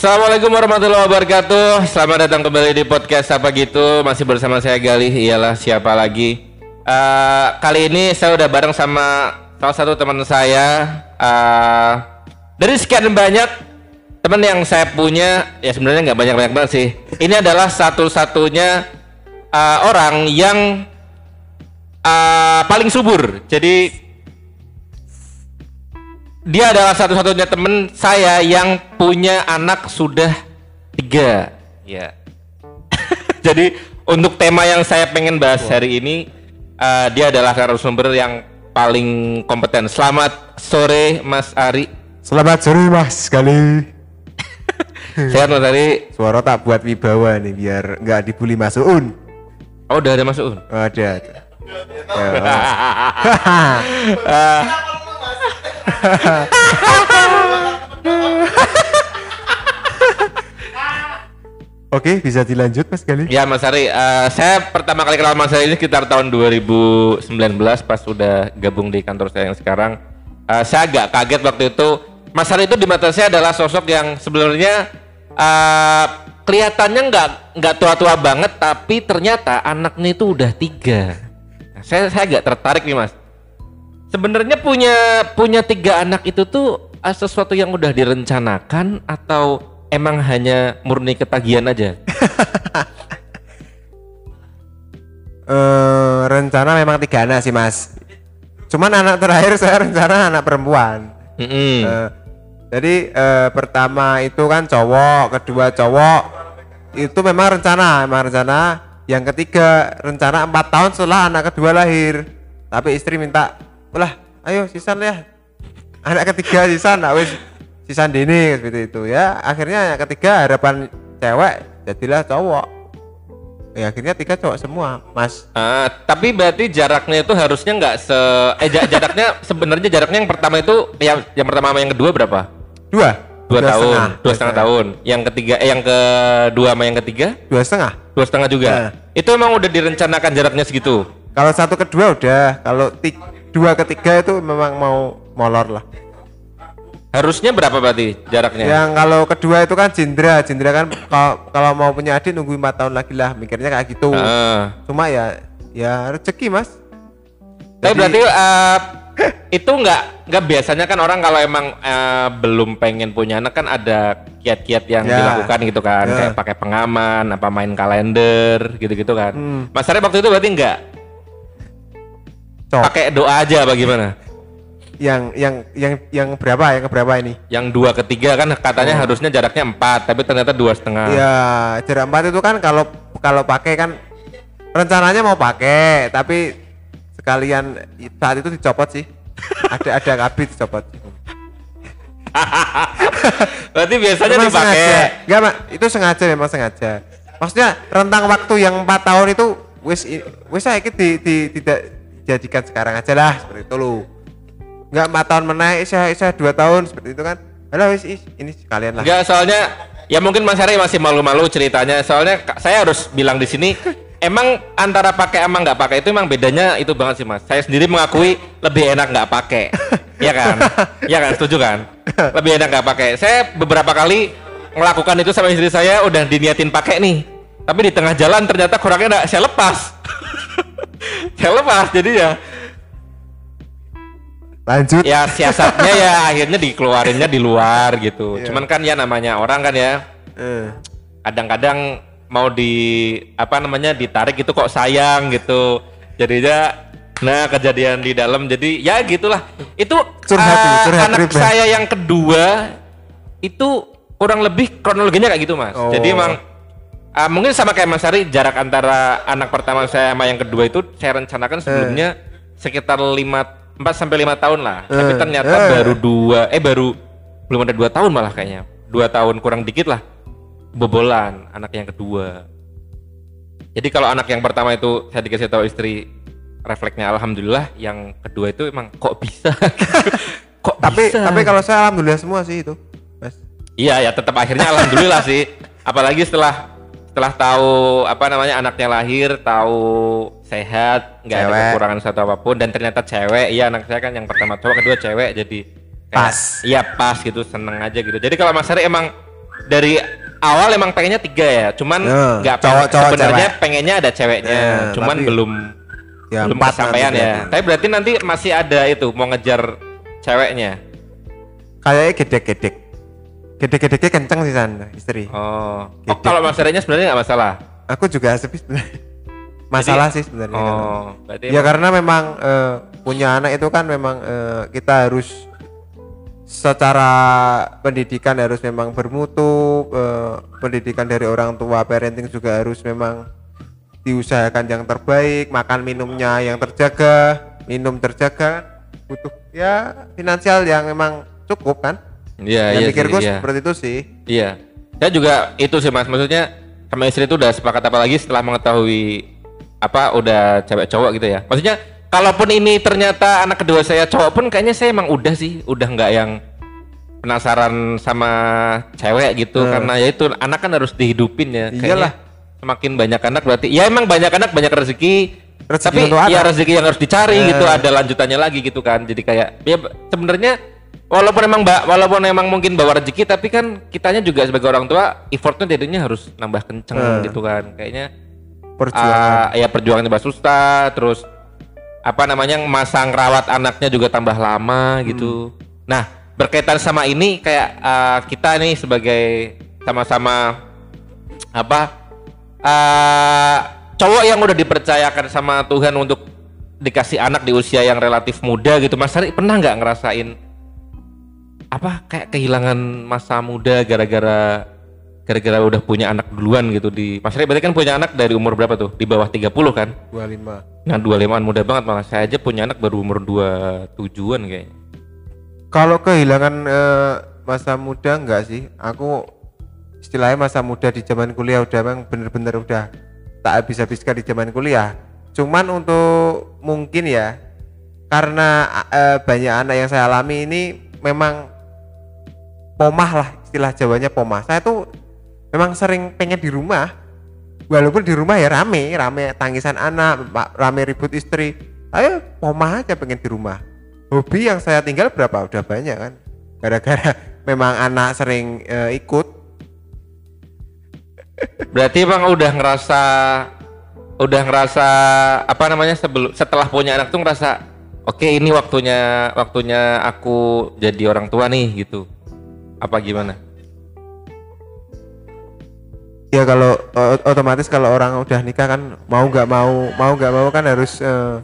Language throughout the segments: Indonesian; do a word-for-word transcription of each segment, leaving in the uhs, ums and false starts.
Assalamualaikum warahmatullahi wabarakatuh. Selamat datang kembali di podcast Apa Gitu. Masih bersama saya Galih, iyalah siapa lagi. uh, Kali ini saya udah bareng sama salah satu teman saya. uh, Dari sekian banyak teman yang saya punya, ya sebenarnya nggak banyak-banyak banget sih. Ini adalah satu-satunya uh, orang yang uh, paling subur. Jadi dia adalah satu-satunya teman saya yang punya anak sudah tiga. Ya. Jadi untuk tema yang saya pengen bahas hari ini, uh, dia adalah narasumber yang paling kompeten. Selamat sore Mas Ari. Selamat sore Mas Galih. Sehat Mas Ari. Suara tak buat wibawa nih biar nggak dibully Mas Uun. Oh udah ada Mas Uun? Oh, ada. uh, Oke, bisa dilanjut Mas Galih. Ya Mas Ari, uh, saya pertama kali kenal Mas Ari ini sekitar tahun dua ribu sembilan belas pas udah gabung di kantor saya yang sekarang. uh, Saya agak kaget waktu itu. Mas Ari itu di mata saya adalah sosok yang sebenarnya uh, kelihatannya nggak nggak tua-tua banget, tapi ternyata anaknya itu udah tiga. Nah, saya saya agak tertarik nih Mas. Sebenarnya punya punya tiga anak itu tuh uh, sesuatu yang udah direncanakan atau emang hanya murni ketagihan aja? uh, rencana memang tiga anak sih Mas. Cuman anak terakhir saya rencana anak perempuan. Mm-hmm. uh, Jadi uh, pertama itu kan cowok, kedua cowok. Itu memang rencana, memang rencana. Yang ketiga rencana empat tahun setelah anak kedua lahir. Tapi istri minta, "Ulah, ayo sisan ya. Anak ketiga sisan, nah wis sisan dini," seperti itu ya. Akhirnya yang ketiga harapan cewek jadilah cowok. Ya akhirnya tiga cowok semua, Mas. Uh, tapi berarti jaraknya itu harusnya nggak se eh jaraknya sebenarnya jaraknya yang pertama itu yang yang pertama sama yang kedua berapa? Dua. Dua, dua tahun, setengah. dua setengah tahun. Yang ketiga, eh yang kedua sama yang ketiga? Dua setengah. Dua setengah juga. Nah. Itu emang udah direncanakan jaraknya segitu. Kalau satu kedua udah, kalau tiga, dua ketiga itu memang mau molor lah. Harusnya berapa berarti jaraknya? Yang kalau kedua itu kan Jindra, Jindra kan kalau kalau mau punya adik nunggu lima tahun lagi lah, mikirnya kayak gitu. Uh. Cuma ya, ya rezeki Mas. Tapi Jadi, berarti uh, itu nggak nggak biasanya kan orang kalau emang uh, belum pengen punya anak kan ada kiat-kiat yang ya. dilakukan gitu kan, ya. Kayak pakai pengaman, apa main kalender gitu-gitu kan. Hmm. Mas Ari waktu itu berarti nggak pakai doa aja bagaimana? Yang yang yang yang berapa? Yang berapa ini? Yang dua ketiga kan katanya oh. harusnya jaraknya empat, tapi ternyata dua setengah. Ya jarak empat itu kan kalau kalau pakai kan rencananya mau pakai, tapi sekalian saat itu dicopot sih. ada ada kabit dicopot. Berarti biasanya memang dipakai. Sengaja. Enggak, Mak. Itu sengaja, memang sengaja. Maksudnya rentang waktu yang empat tahun itu wis wis saiki di, di tidak dijadikan sekarang aja lah seperti itu loh. Enggak empat tahun menaik, saya saya dua tahun seperti itu kan. Alah wis ini sekalian lah. Enggak, soalnya ya mungkin Mas Ari masih malu-malu ceritanya. Soalnya saya harus bilang di sini emang antara pakai sama nggak pakai itu emang bedanya itu banget sih Mas. Saya sendiri mengakui lebih enak nggak pakai, ya kan? Ya kan, setuju kan? Lebih enak nggak pakai. Saya beberapa kali melakukan itu sama istri saya, udah diniatin pakai nih, tapi di tengah jalan ternyata kurangnya nggak, saya lepas. Saya lepas, jadi ya. Lanjut. Ya siasatnya ya akhirnya dikeluarinnya di luar gitu. Yeah. Cuman kan ya namanya orang kan ya. Uh. Kadang-kadang mau di apa namanya ditarik gitu kok sayang gitu, jadinya nah kejadian di dalam jadi ya gitulah itu. Curhat, uh, curhat anak trip, saya ya. Yang kedua itu kurang lebih kronologinya kayak gitu Mas. Oh. Jadi emang uh, mungkin sama kayak Mas Ari, jarak antara anak pertama saya sama yang kedua itu saya rencanakan sebelumnya uh. sekitar lima empat sampai lima tahun lah, uh. tapi ternyata uh. baru dua eh baru belum ada dua tahun malah kayaknya dua tahun kurang dikit lah bobolan anak yang kedua. Jadi kalau anak yang pertama itu saya dikasih tahu istri, refleksnya alhamdulillah, yang kedua itu emang kok bisa. Kok tapi bisa? Tapi kalau saya alhamdulillah semua sih itu, Mas. Iya ya, tetap akhirnya alhamdulillah sih. Apalagi setelah setelah tahu apa namanya anaknya lahir, tahu sehat, nggak ada kekurangan satu apapun, dan ternyata cewek. Iya, anak saya kan yang pertama cowok, kedua cewek, jadi kayak, pas. Iya pas gitu, seneng aja gitu. Jadi kalau Mas Ari emang dari awal emang pengennya tiga ya, cuman nggak uh, cowok, cowok, sebenarnya cewek. pengennya ada ceweknya, uh, cuman tapi, belum ya, belum kesampaian ya. Berarti. Tapi berarti nanti masih ada itu mau ngejar ceweknya. Kayaknya gedek-gedek, gedek-gedeknya kenceng sih sana istri. Oh, oh kalau masalahnya sebenarnya nggak masalah. Aku juga sepi sebenarnya. Masalah Jadi, sih sebenarnya. Oh, berarti ya emang... karena memang uh, punya anak itu kan memang uh, kita harus secara pendidikan harus memang bermutu, uh, pendidikan dari orang tua, parenting juga harus memang diusahakan yang terbaik, makan minumnya yang terjaga, minum terjaga, butuh ya finansial yang memang cukup kan? Iya, iya. Pikirku iya. Seperti itu sih. Iya. Saya juga itu sih Mas, maksudnya sama istri itu udah sepakat, apalagi setelah mengetahui apa udah cewek cowok gitu ya. Maksudnya kalaupun ini ternyata anak kedua saya cowok pun kayaknya saya emang udah sih, udah nggak yang penasaran sama cewek gitu, hmm. karena ya itu anak kan harus dihidupin ya. Iyalah. Semakin banyak anak berarti ya emang banyak anak banyak rezeki, rezeki tapi ya rezeki yang harus dicari hmm. gitu, ada lanjutannya lagi gitu kan. Jadi kayak ya sebenarnya walaupun emang mbak walaupun emang mungkin bawa rezeki, tapi kan kitanya juga sebagai orang tua effortnya jadinya harus nambah kenceng hmm. gitu kan. Kayaknya perjuangan uh, ya perjuangan tambah susah, terus apa namanya masang rawat anaknya juga tambah lama gitu. Hmm. Nah berkaitan sama ini kayak uh, kita nih sebagai sama-sama apa uh, cowok yang udah dipercayakan sama Tuhan untuk dikasih anak di usia yang relatif muda gitu, Mas Ari pernah nggak ngerasain apa kayak kehilangan masa muda gara-gara gara-gara udah punya anak duluan gitu? Di Mas Ari berarti kan punya anak dari umur berapa tuh? Di bawah tiga puluh kan? dua puluh lima. Nah dua puluh limaan muda banget, malah saya aja punya anak baru umur dua puluh tujuan kayaknya. Kalau kehilangan uh, masa muda enggak sih, aku istilahnya masa muda di zaman kuliah udah memang bener-bener udah tak habis-habiskan di zaman kuliah. Cuman untuk mungkin ya karena uh, banyak anak yang saya alami ini memang pomah lah, istilah Jawanya pomah. Saya tuh memang sering pengen di rumah, walaupun di rumah ya rame, rame tangisan anak, rame ribut istri. Ayo pomah aja pengen di rumah. Hobi yang saya tinggal berapa udah banyak kan, gara-gara memang anak sering uh, ikut. Berarti bang udah ngerasa, udah ngerasa apa namanya sebelum setelah punya anak tuh ngerasa, oke okay, ini waktunya waktunya aku jadi orang tua nih gitu. Apa gimana? Ya kalau otomatis kalau orang udah nikah kan mau nggak mau mau nggak mau kan harus uh...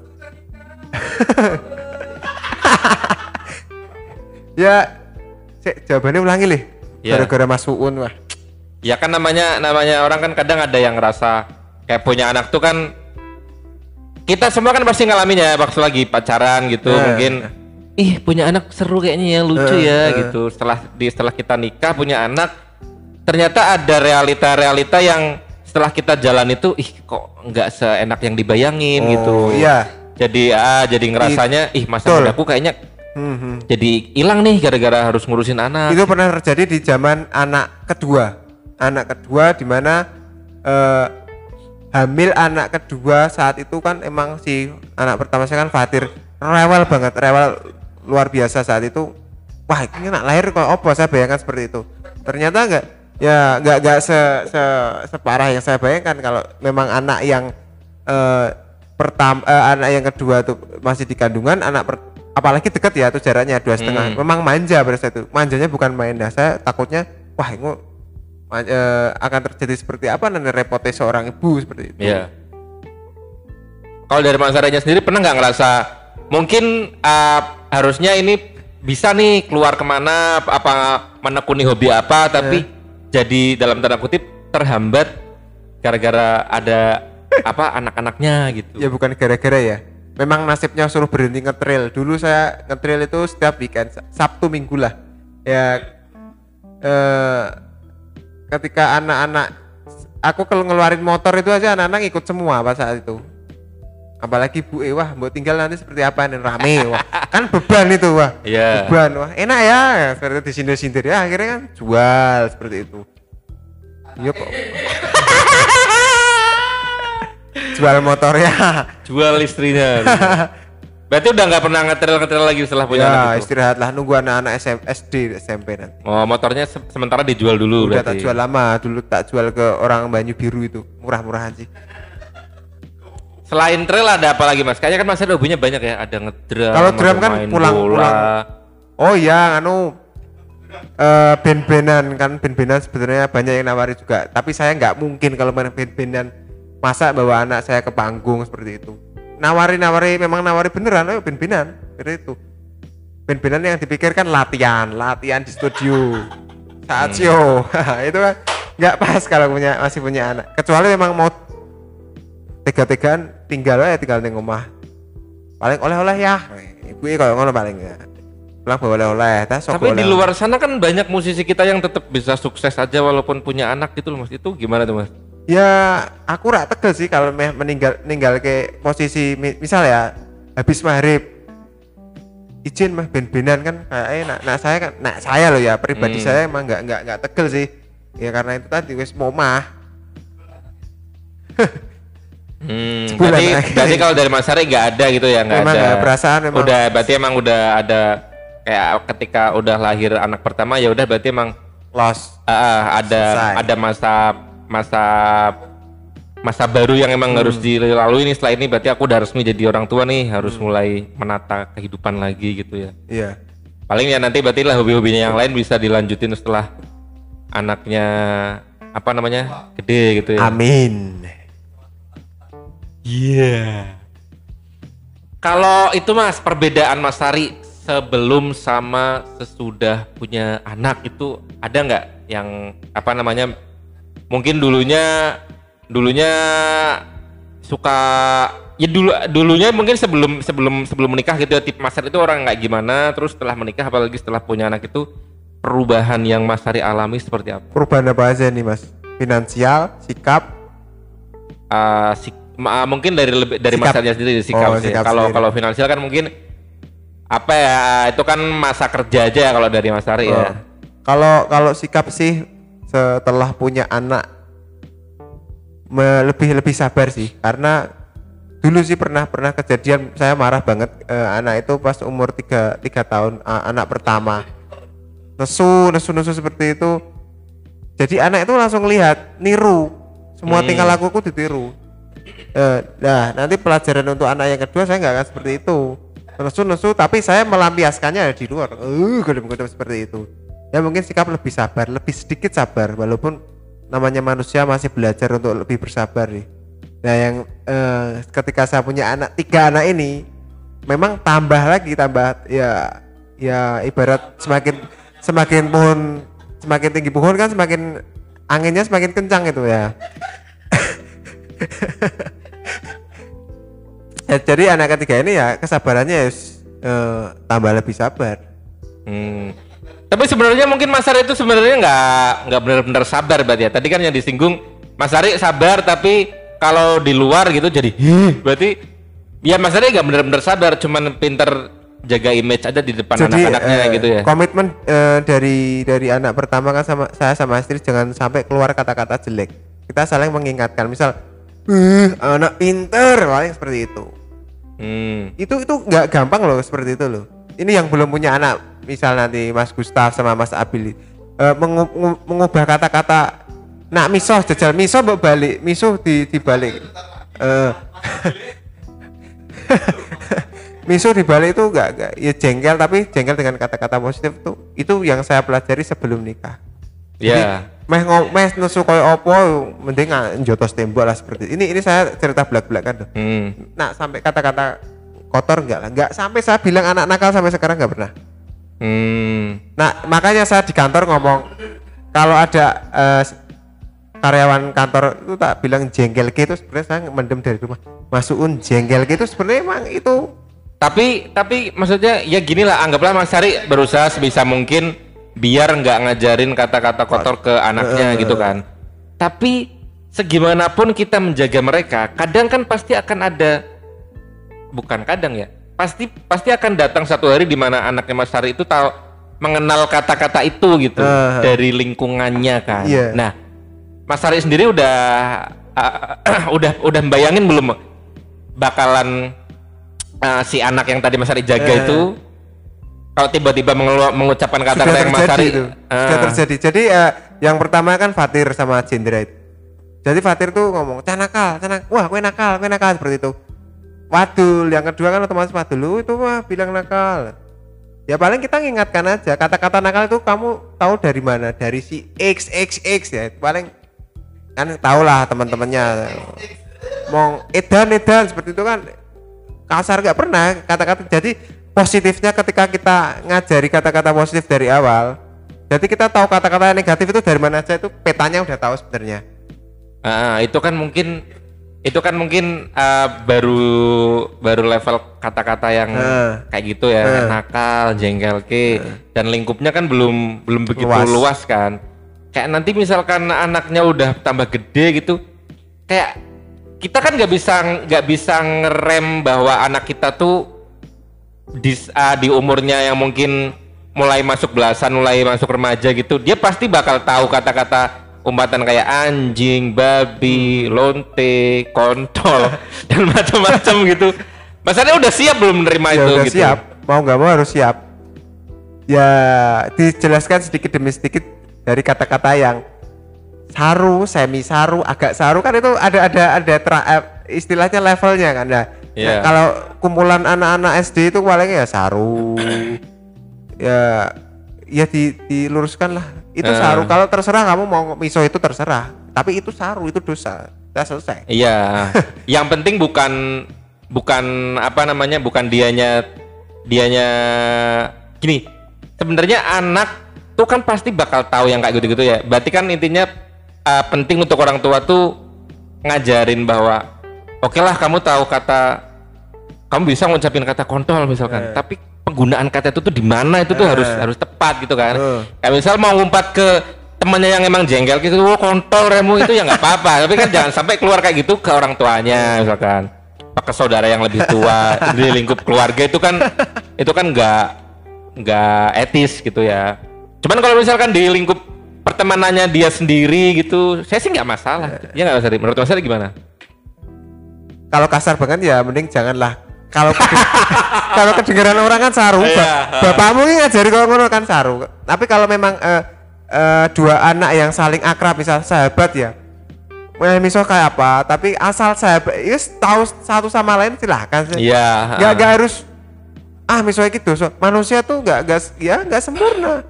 ya cek jawabannya ulangi lih ya. Gara-gara Mas Uun wah ya kan namanya namanya orang kan kadang ada yang ngerasa kayak punya anak tuh kan, kita semua kan pasti ngalamin ya waktu lagi pacaran gitu eh, mungkin eh. ih punya anak seru kayaknya ya lucu eh, ya eh. gitu. Setelah di setelah kita nikah punya anak ternyata ada realita-realita yang setelah kita jalan itu ih kok nggak seenak yang dibayangin oh, gitu. Iya. Jadi ah jadi ngerasanya ih masa mudaku kayaknya hmm. jadi hilang nih gara-gara harus ngurusin anak. Itu pernah terjadi di zaman anak kedua. Anak kedua di mana uh, hamil anak kedua saat itu kan emang si anak pertama saya kan Fatir rewel banget, rewel luar biasa saat itu. Wah ini anak lahir kok apa, saya bayangkan seperti itu. Ternyata enggak, ya enggak enggak se, se separah yang saya bayangkan. Kalau memang anak yang uh, pertama uh, anak yang kedua tuh masih di kandungan, anak per, apalagi dekat ya tuh jaraknya dua setengah, hmm. memang manja pada saat itu. Manjanya bukan main. Nah saya takutnya wah ini uh, akan terjadi seperti apa nanti repotnya seorang ibu seperti itu. Iya. Kalau dari Mas Aranya sendiri pernah nggak ngerasa mungkin uh, harusnya ini bisa nih keluar kemana apa menekuni hobi apa tapi eh. jadi dalam tanda kutip terhambat gara-gara ada apa anak-anaknya gitu. Ya bukan gara-gara ya. Memang nasibnya suruh berhenti ngetrail. Dulu saya ngetrail itu setiap weekend, Sabtu Minggu lah. Ya eh, ketika anak-anak aku kalau ngeluarin motor itu aja anak-anak ikut semua pas saat itu. Apalagi Bu E, wah mau tinggal nanti seperti apa nih rame, wah kan beban itu wah, yeah. beban wah enak ya, seperti itu disindir-sindir ya akhirnya kan jual seperti itu. Iya kok. Jual motornya, jual istrinya. Berarti udah nggak pernah ngetril-ngetril lagi setelah punya ya, anak itu? Istirahatlah nunggu anak-anak S D, S M P nanti. Oh, motornya se- sementara dijual dulu Udah berarti? tak jual lama, dulu tak jual ke orang Banyu Biru itu, murah-murahan sih. Selain trail ada apa lagi mas? Kayaknya kan mas ada hobinya banyak ya, ada ngedrum. Kalau drum kan pulang-pulang. Oh iya, anu uh, band-bandan kan band-bandan sebenarnya banyak yang nawari juga. Tapi saya nggak mungkin kalau main band-bandan masa bawa anak saya ke panggung seperti itu. Nawari-nawari memang nawari beneran, ayo band-bandan seperti itu. Band-bandan yang dipikirkan latihan, latihan di studio saat hmm. show. Itu kan nggak pas kalau punya masih punya anak. Kecuali memang mau tega-tegaan tinggal aja tinggal di rumah. Paling oleh-oleh ya. Ibu kalau ngono paling ya. Pulang bawa oleh-oleh. Tapi di luar sana kan banyak musisi kita yang tetap bisa sukses aja walaupun punya anak gitu loh mas. Itu gimana tuh mas? Ya aku rak tegel sih kalau meninggal meninggal ke posisi misal ya habis maghrib izin mah ben-benan kan kayak nak nak saya kan nak saya loh ya pribadi hmm. saya emang nggak nggak nggak tegel sih ya karena itu tadi wes mau mah. Hmm, berarti, berarti kalau dari Mas Ari nggak ada gitu ya, nggak ada perasaan memang. Udah berarti emang udah ada kayak ketika udah lahir anak pertama ya udah berarti emang lost uh, ada selesai. Ada masa masa masa baru yang emang hmm. harus dilalui nih. Setelah ini berarti aku udah resmi jadi orang tua nih, harus hmm. mulai menata kehidupan lagi gitu ya. Iya. Paling ya nanti berarti lah hobi-hobinya yang lain bisa dilanjutin setelah anaknya apa namanya gede gitu ya. Amin. Iya. Yeah. Kalau itu mas perbedaan Mas Ari sebelum sama sesudah punya anak itu ada nggak yang apa namanya mungkin dulunya dulunya suka ya dulu dulunya mungkin sebelum sebelum sebelum menikah gitu ya tip Mas Ari itu orang nggak gimana terus setelah menikah apalagi setelah punya anak itu perubahan yang Mas Ari alami seperti apa? Perubahan apa aja nih mas? Finansial, sikap, uh, sik Ma, mungkin dari lebih dari masanya sendiri sikap oh, sih. Kalau kalau finansial kan mungkin apa ya itu kan masa kerja aja ya kalau dari Mas Ari oh. ya. Kalau kalau sikap sih setelah punya anak me, lebih lebih sabar sih karena dulu sih pernah pernah kejadian saya marah banget eh, anak itu pas umur tiga tahun eh, anak pertama nesu nesu nesu seperti itu jadi anak itu langsung lihat niru semua hmm. tingkah lakuku ditiru. Uh, nah nanti pelajaran untuk anak yang kedua saya nggak akan seperti itu nesu-nesu tapi saya melampiaskannya di luar uh gedem-gedem seperti itu ya mungkin sikap lebih sabar lebih sedikit sabar walaupun namanya manusia masih belajar untuk lebih bersabar nih. Nah yang uh, ketika saya punya anak tiga anak ini memang tambah lagi tambah ya ya ibarat semakin semakin pohon semakin tinggi pohon kan semakin anginnya semakin kencang itu ya. Ya, jadi anak ketiga ini ya kesabarannya ya uh, tambah lebih sabar. Hmm. Tapi sebenarnya mungkin Mas Ari itu sebenarnya nggak nggak benar-benar sabar berarti ya. Tadi kan yang disinggung Mas Ari sabar tapi kalau di luar gitu jadi berarti ya Mas Ari nggak benar-benar sabar, cuman pinter jaga image aja di depan jadi, anak-anaknya uh, gitu ya. Komitmen uh, dari dari anak pertama kan sama saya sama istri jangan sampai keluar kata-kata jelek. Kita saling mengingatkan misal Uh, anak pinter, paling seperti itu. Hmm. Itu itu nggak gampang loh seperti itu loh. Ini yang belum punya anak, misal nanti Mas Gustaf sama Mas Abil uh, mengu mengubah kata-kata, nak miso jajal miso balik, miso di dibalik. Uh, miso dibalik itu nggak nggak ya jengkel tapi jengkel dengan kata-kata positif tuh itu yang saya pelajari sebelum nikah. Iya. Yeah. Meh meh nesu koyo opo mending njotos tembok lah seperti ini ini saya cerita belak-belakan tuh. Hmm. Nah sampai kata-kata kotor enggak lah enggak sampai saya bilang anak nakal sampai sekarang enggak pernah. Hmm. Nah makanya saya di kantor ngomong kalau ada uh, karyawan kantor itu tak bilang jengkel gitu sebenarnya saya mendem dari rumah masukin jengkel gitu sebenarnya emang itu tapi tapi maksudnya ya gini lah anggaplah Mas Ari berusaha sebisa mungkin biar nggak ngajarin kata-kata kotor ke anaknya uh, gitu kan. Tapi segimanapun kita menjaga mereka, kadang kan pasti akan ada, bukan kadang ya, pasti pasti akan datang satu hari di mana anaknya Mas Ari itu tahu mengenal kata-kata itu gitu uh, dari lingkungannya kan. Yeah. Nah, Mas Ari sendiri udah uh, udah udah membayangin belum bakalan uh, si anak yang tadi Mas Ari jaga uh. itu kalau tiba-tiba mengucapkan kata-kata yang Mas Ari itu. Uh. Sudah terjadi. Jadi uh, yang pertama kan Fatir sama Jendra itu. Jadi Fatir tuh ngomong, "Cah nakal, cah nakal. Wah, kowe nakal, kowe nakal," seperti itu. Wadul, yang kedua kan otomatis Wadul, "Lu itu mah bilang nakal." Ya paling kita ngingatkan aja, kata-kata nakal itu kamu tahu dari mana? Dari si X X X ya. Paling kan tahulah teman-temannya. Mau edan edan seperti itu kan kasar nggak pernah kata-kata. Jadi positifnya ketika kita ngajari kata-kata positif dari awal, jadi kita tahu kata-kata negatif itu dari mana aja, itu petanya udah tahu sebenarnya. Ah, itu kan mungkin itu kan mungkin uh, baru baru level kata-kata yang uh, kayak gitu ya, uh, nakal, jengkel ke, uh, dan lingkupnya kan belum belum begitu luas. luas kan. Kayak nanti misalkan anaknya udah tambah gede gitu, kayak kita kan nggak bisa nggak bisa ngerem bahwa anak kita tuh di uh, di umurnya yang mungkin mulai masuk belasan, mulai masuk remaja gitu, dia pasti bakal tahu kata-kata umpatan kayak anjing, babi, lonte, kontol dan macam-macam gitu. Masalahnya udah siap belum menerima ya, itu udah gitu. Siap, mau nggak mau harus siap. Ya dijelaskan sedikit demi sedikit dari kata-kata yang saru, semi saru, agak saru kan itu ada ada ada tra, istilahnya levelnya kan. Nah, yeah. Nah, kalau kumpulan anak-anak S D itu palingnya ya saru. ya ya di, diluruskan lah. Itu uh. saru, kalau terserah kamu mau miso itu terserah, tapi itu saru, itu dosa, udah selesai. Iya. Yang penting bukan bukan apa namanya, bukan dianya dianya gini. Sebenarnya anak tuh kan pasti bakal tahu yang kayak gitu-gitu ya. Berarti kan intinya uh, penting untuk orang tua tuh ngajarin bahwa oke okay lah kamu tahu kata, kamu bisa ngucapin kata kontol misalkan, uh. tapi penggunaan kata itu tuh di mana itu tuh uh. harus harus tepat gitu kan. Uh. Kayak misal mau ngumpat ke temannya yang emang jengkel gitu, oh kontol remu itu ya nggak apa-apa. Tapi kan jangan sampai keluar kayak gitu ke orang tuanya misalkan, ke saudara yang lebih tua di lingkup keluarga itu kan itu kan nggak nggak etis gitu ya. Cuman kalau misalkan di lingkup pertemanannya dia sendiri gitu, saya sih nggak masalah. Ya nggak Mas Ari. Menurut Mas Ari gimana? Kalau kasar banget ya mending janganlah. Kalau kalau kedengaran orang kan saru, yeah. Bapakmu ini ngajari kalau ngono kan saru. Tapi kalau memang uh, uh, dua anak yang saling akrab, misal sahabat ya, misal kayak apa, tapi asal sahabat, ya tahu satu sama lain silahkan sih. Iya. Yeah, gak, uh. gak harus ah misalnya gitu. So, manusia tuh gak, gak ya gak sempurna.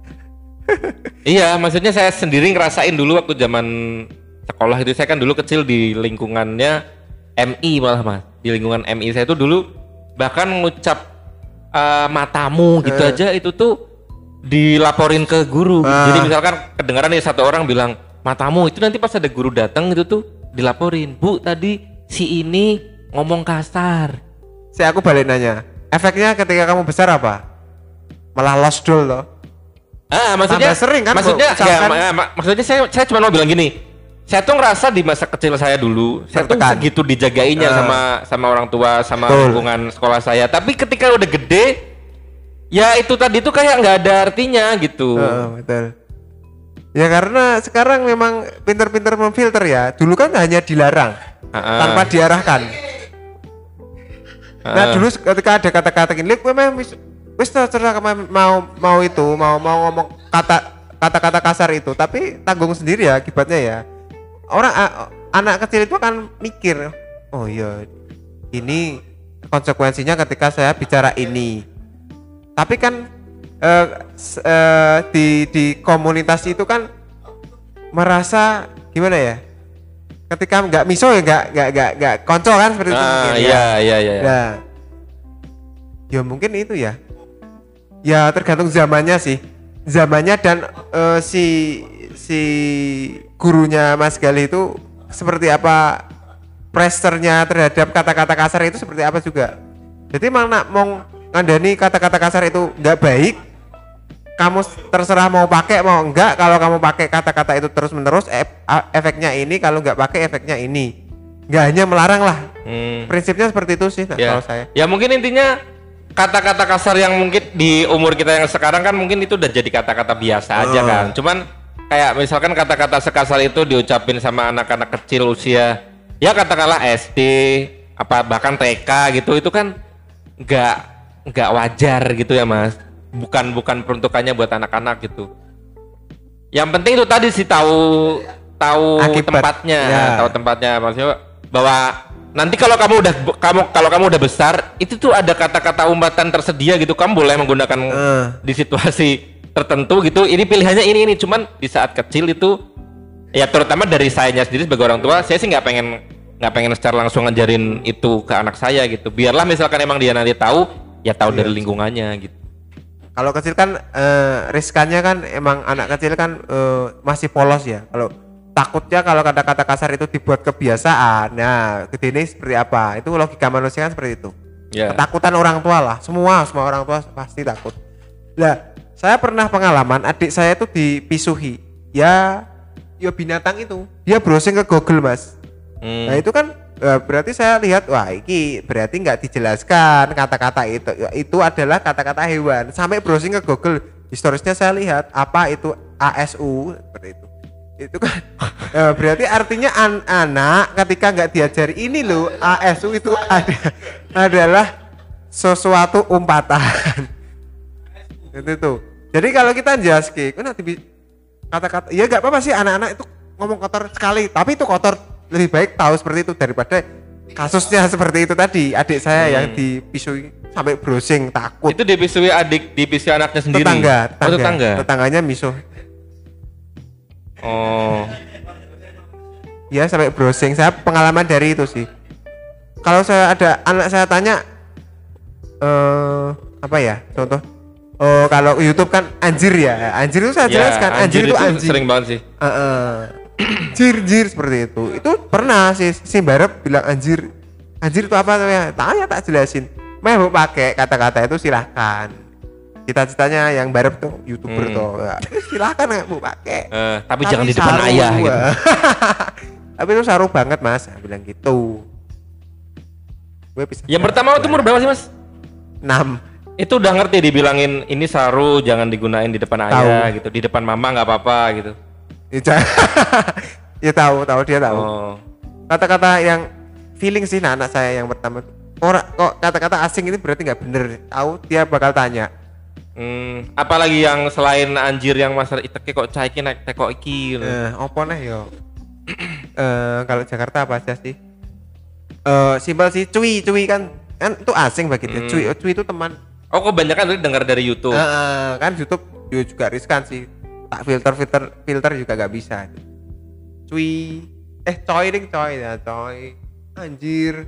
Iya, maksudnya saya sendiri ngerasain dulu waktu zaman sekolah itu, saya kan dulu kecil di lingkungannya M I malah Mas. Di lingkungan M I saya tuh dulu bahkan ngucap uh, matamu gitu uh. aja itu tuh dilaporin ke guru. Uh. Jadi misalkan kedengaran nih satu orang bilang matamu, itu nanti pas ada guru datang itu tuh dilaporin, "Bu, tadi si ini ngomong kasar." Saya aku balik nanya, efeknya ketika kamu besar apa? Malah lost dul loh. Ah, maksudnya tambah sering kan? Maksudnya ya, mak- maksudnya saya saya cuma mau bilang gini. Saya tuh ngerasa di masa kecil saya dulu, saya tuh segitu dijagainya uh. sama sama orang tua, sama betul. Lingkungan sekolah saya. Tapi ketika udah gede, ya itu tadi tuh kayak nggak ada artinya gitu. Uh, betul. Ya karena sekarang memang pinter-pinter memfilter ya. Dulu kan hanya dilarang, uh-uh. tanpa diarahkan. Uh. Nah dulu ketika ada kata-kata gini, memang wis terserah kamu mau mau itu, mau mau ngomong kata kata-kata kasar itu, tapi tanggung sendiri ya akibatnya ya. Orang a, anak kecil itu akan mikir, oh iya ini konsekuensinya ketika saya bicara ini. Tapi kan uh, uh, di di komunitas itu kan merasa gimana ya? Ketika nggak miso ya nggak nggak nggak nggak konco kan seperti itu. Ah, mungkin, iya, ya. iya iya iya. Nah, ya mungkin itu ya. Ya tergantung zamannya sih. Zamannya dan uh, si si gurunya Mas Gali itu seperti apa, pressure-nya terhadap kata-kata kasar itu seperti apa juga. Jadi mana mau ngandani kata-kata kasar itu nggak baik, kamu terserah mau pakai mau enggak. Kalau kamu pakai kata-kata itu terus menerus ef- efeknya ini, kalau nggak pakai efeknya ini. Nggak hanya melarang lah. Hmm. Prinsipnya seperti itu sih ya. Kalau saya. Ya mungkin intinya kata-kata kasar yang mungkin di umur kita yang sekarang kan mungkin itu udah jadi kata-kata biasa aja oh. kan. Cuman kayak misalkan kata-kata sekasar itu diucapin sama anak-anak kecil usia ya katakanlah S D apa bahkan T K gitu, itu kan nggak nggak wajar gitu ya Mas. Bukan bukan peruntukannya buat anak-anak gitu. Yang penting itu tadi sih tahu tahu Akibat, tempatnya, ya. tahu tempatnya maksudnya bahwa nanti kalau kamu udah kamu kalau kamu udah besar itu tuh ada kata-kata umbatan tersedia gitu, kamu boleh menggunakan uh. di situasi tertentu gitu. Ini pilihannya ini ini cuman di saat kecil itu ya terutama dari sayanya sendiri sebagai orang tua, saya sih nggak pengen nggak pengen secara langsung ngajarin itu ke anak saya gitu. Biarlah misalkan emang dia nanti tahu ya tahu iya. dari lingkungannya gitu. Kalau kecil kan uh, riskannya kan emang anak kecil kan uh, masih polos ya. Kalau takutnya kalau kata-kata kasar itu dibuat kebiasaan. Nah, gede ini seperti apa? Itu logika manusia kan seperti itu. Yeah. Ketakutan orang tua lah. Semua semua orang tua pasti takut. Nah, saya pernah pengalaman adik saya itu dipisuhi. Ya, ya binatang itu. Dia browsing ke Google, Mas. Hmm. Nah, itu kan berarti saya lihat wah ini berarti nggak dijelaskan kata-kata itu itu adalah kata-kata hewan sampai browsing ke Google historisnya saya lihat apa itu A S U seperti itu itu kan eh, berarti artinya an- anak ketika nggak diajari ini loh A S U itu ada, adalah sesuatu umpatan itu tuh. Jadi kalau kita jelaskan kan nanti kata-kata ya nggak apa-apa sih anak-anak itu ngomong kotor sekali tapi itu kotor, lebih baik tahu seperti itu daripada kasusnya seperti itu tadi adik saya hmm. yang dipisui sampai browsing takut. Itu dipisui adik, dipisui anaknya sendiri. Tetangga, tetangga, oh, tetangga. Tetangganya misuh. Oh. Ya sampai browsing. Saya pengalaman dari itu sih. Kalau saya ada anak saya tanya, eh apa ya contoh? Oh kalau YouTube kan anjir ya, anjir itu saya jelaskan. Ya, anjir, anjir itu anjing. Sering banget sih. Uh, uh. Jir jir seperti itu. Itu pernah sih si Barep bilang anjir. Anjir itu apa namanya? Tanya tak jelasin. Mau pakai kata-kata itu silahkan. Cita-citanya yang Barep tuh YouTuber hmm. tuh. Ya, silahkan nggak mau pakai. Uh, tapi, tapi jangan di depan ayah gitu. Tapi itu saru banget Mas, saya bilang gitu. Gue bisa. Yang pertama itu umur berapa sih Mas? enam. Itu udah ngerti dibilangin ini saru jangan digunain di depan Tau. ayah gitu. Di depan mama nggak apa-apa gitu. Ya tahu, tahu dia tahu. Oh. Kata-kata yang feeling sih nah, anak saya yang pertama. Orang kok kata-kata asing ini berarti nggak bener. Tahu dia bakal tanya. Hmm, apalagi yang selain anjir yang masalah iteke kok caiki naik teko iki. Eh, opo nih yo. Eh, kalau Jakarta apa aja sih? Eh, simpel sih cuy, cuy kan kan itu asing bagi dia. Hmm. Cuy, cuy itu teman. Oh, kebanyakan dengar dari YouTube. Eh, kan YouTube juga riskan sih. Tak filter filter filter juga gak bisa. Cuy, eh coy ding coy ya coy, anjir,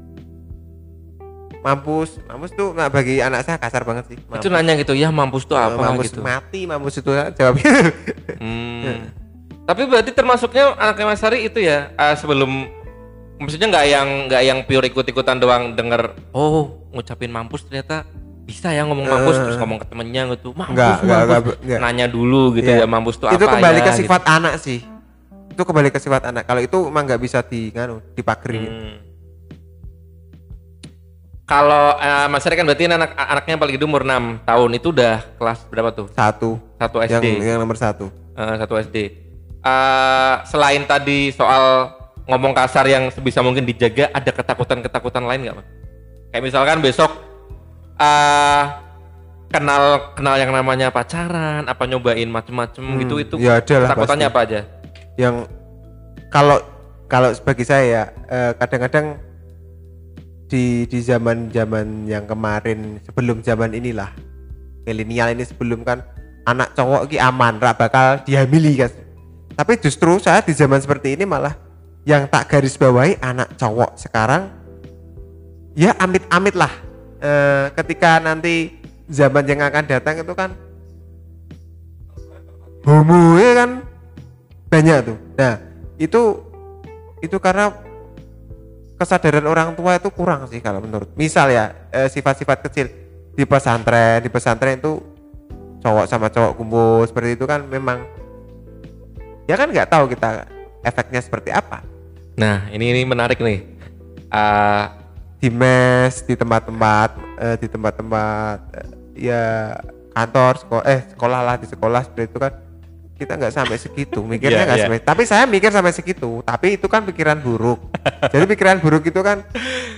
mampus, mampus tuh nah bagi anak saya kasar banget sih. Mampus. Itu nanya gitu ya mampus tuh apa? Mampus gitu. Mati, mampus itu jawabnya. Hmm. Tapi berarti termasuknya anaknya Mas Hari itu ya uh, sebelum, maksudnya nggak yang nggak yang pure ikut-ikutan doang denger, oh ngucapin mampus ternyata. Bisa ya ngomong mampus uh, terus ngomong ke temennya gitu mampus, enggak, mampus. Enggak, enggak, enggak. Nanya dulu gitu yeah. ya mampus tuh itu apa kembali ya, ke sifat gitu. anak sih itu kembali ke sifat anak kalau itu emang nggak bisa di nganu dipagerin. hmm. Kalau uh, Mas Ari kan berarti anak anaknya paling gede umur enam tahun itu udah kelas berapa tuh? Satu satu S D yang, yang nomor satu uh, satu S D. Uh, selain tadi soal ngomong kasar yang sebisa mungkin dijaga, ada ketakutan-ketakutan lain nggak Mas? Kayak misalkan besok Uh, kenal kenal yang namanya pacaran, apa nyobain macem-macem hmm, gitu itu ya ketakutannya apa aja? Yang kalau kalau bagi saya ya uh, kadang-kadang di di zaman-zaman yang kemarin sebelum zaman inilah milenial ini sebelum kan anak cowok ki aman, rak bakal dihamili kan. Tapi justru saya di zaman seperti ini malah yang tak garis bawahi anak cowok sekarang ya amit-amit lah. Uh, ketika nanti zaman yang akan datang itu kan homo ya kan banyak tuh. Nah itu itu karena kesadaran orang tua itu kurang sih kalau menurut. Misal ya uh, sifat-sifat kecil di pesantren, di pesantren itu cowok sama cowok kumpul seperti itu kan memang ya kan nggak tahu kita efeknya seperti apa. Nah ini ini menarik nih. Uh, di mes, di tempat-tempat eh, di tempat-tempat eh, ya kantor sekolah eh sekolah lah di sekolah seperti itu kan kita nggak sampai segitu mikirnya nggak yeah, yeah. sampai, tapi saya mikir sampai segitu, tapi itu kan pikiran buruk. Jadi pikiran buruk itu kan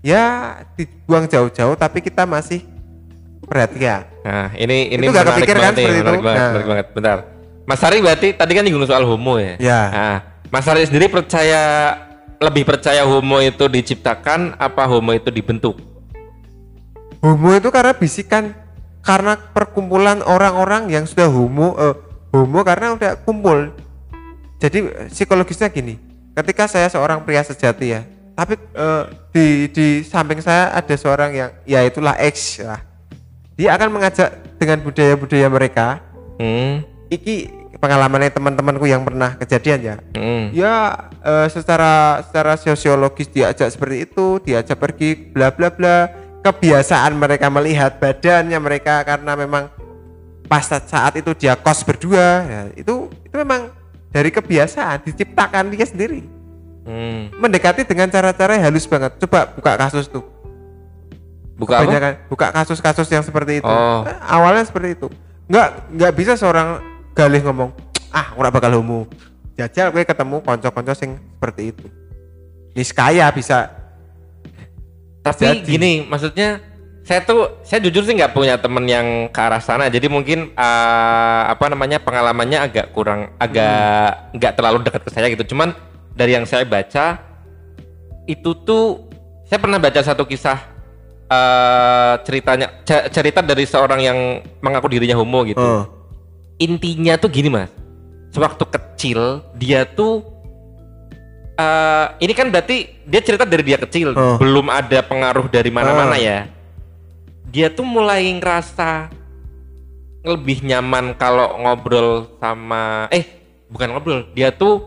ya dibuang jauh-jauh tapi kita masih perhatian. Nah, ini ini itu menarik kepikir banget kan nih, seperti menarik itu. banget, Nah. menarik banget. Bentar. Mas Ari berarti tadi kan nyinggung soal homo ya? Ya. Nah, Mas Ari sendiri percaya lebih percaya homo itu diciptakan apa homo itu dibentuk? Homo itu karena bisikan, karena perkumpulan orang-orang yang sudah homo, eh, homo karena udah kumpul. Jadi psikologisnya gini, ketika saya seorang pria sejati ya, tapi eh, di di samping saya ada seorang yang ya itulah X lah, dia akan mengajak dengan budaya-budaya mereka. Hmm. Iki pengalamannya teman-temanku yang pernah kejadian ya. Hmm. Ya eh, secara secara sosiologis diajak seperti itu, diajak pergi bla bla bla. Kebiasaan mereka melihat badannya mereka karena memang pas saat itu dia kos berdua, ya, itu itu memang dari kebiasaan diciptakan dia sendiri. Hmm. Mendekati dengan cara-cara yang halus banget. Coba buka kasus tuh. Buka Kebanyakan, apa? buka kasus-kasus yang seperti itu. Oh. Eh, awalnya seperti itu. Nggak nggak bisa seorang galih ngomong, ah ora bakal homo. Jajal gue ketemu konco-konco sing seperti itu. Niskaya bisa. Tapi Jadi. gini, maksudnya saya tuh saya jujur sih nggak punya temen yang ke arah sana, jadi mungkin uh, apa namanya pengalamannya agak kurang, agak nggak hmm. terlalu dekat ke saya gitu. Cuman dari yang saya baca itu tuh saya pernah baca satu kisah uh, ceritanya c- cerita dari seorang yang mengaku dirinya homo gitu. Oh. Intinya tuh gini mas, sewaktu kecil dia tuh Uh, ini kan berarti dia cerita dari dia kecil, oh. belum ada pengaruh dari mana-mana oh. ya. Dia tuh mulai ngerasa lebih nyaman kalau ngobrol sama, eh bukan ngobrol, dia tuh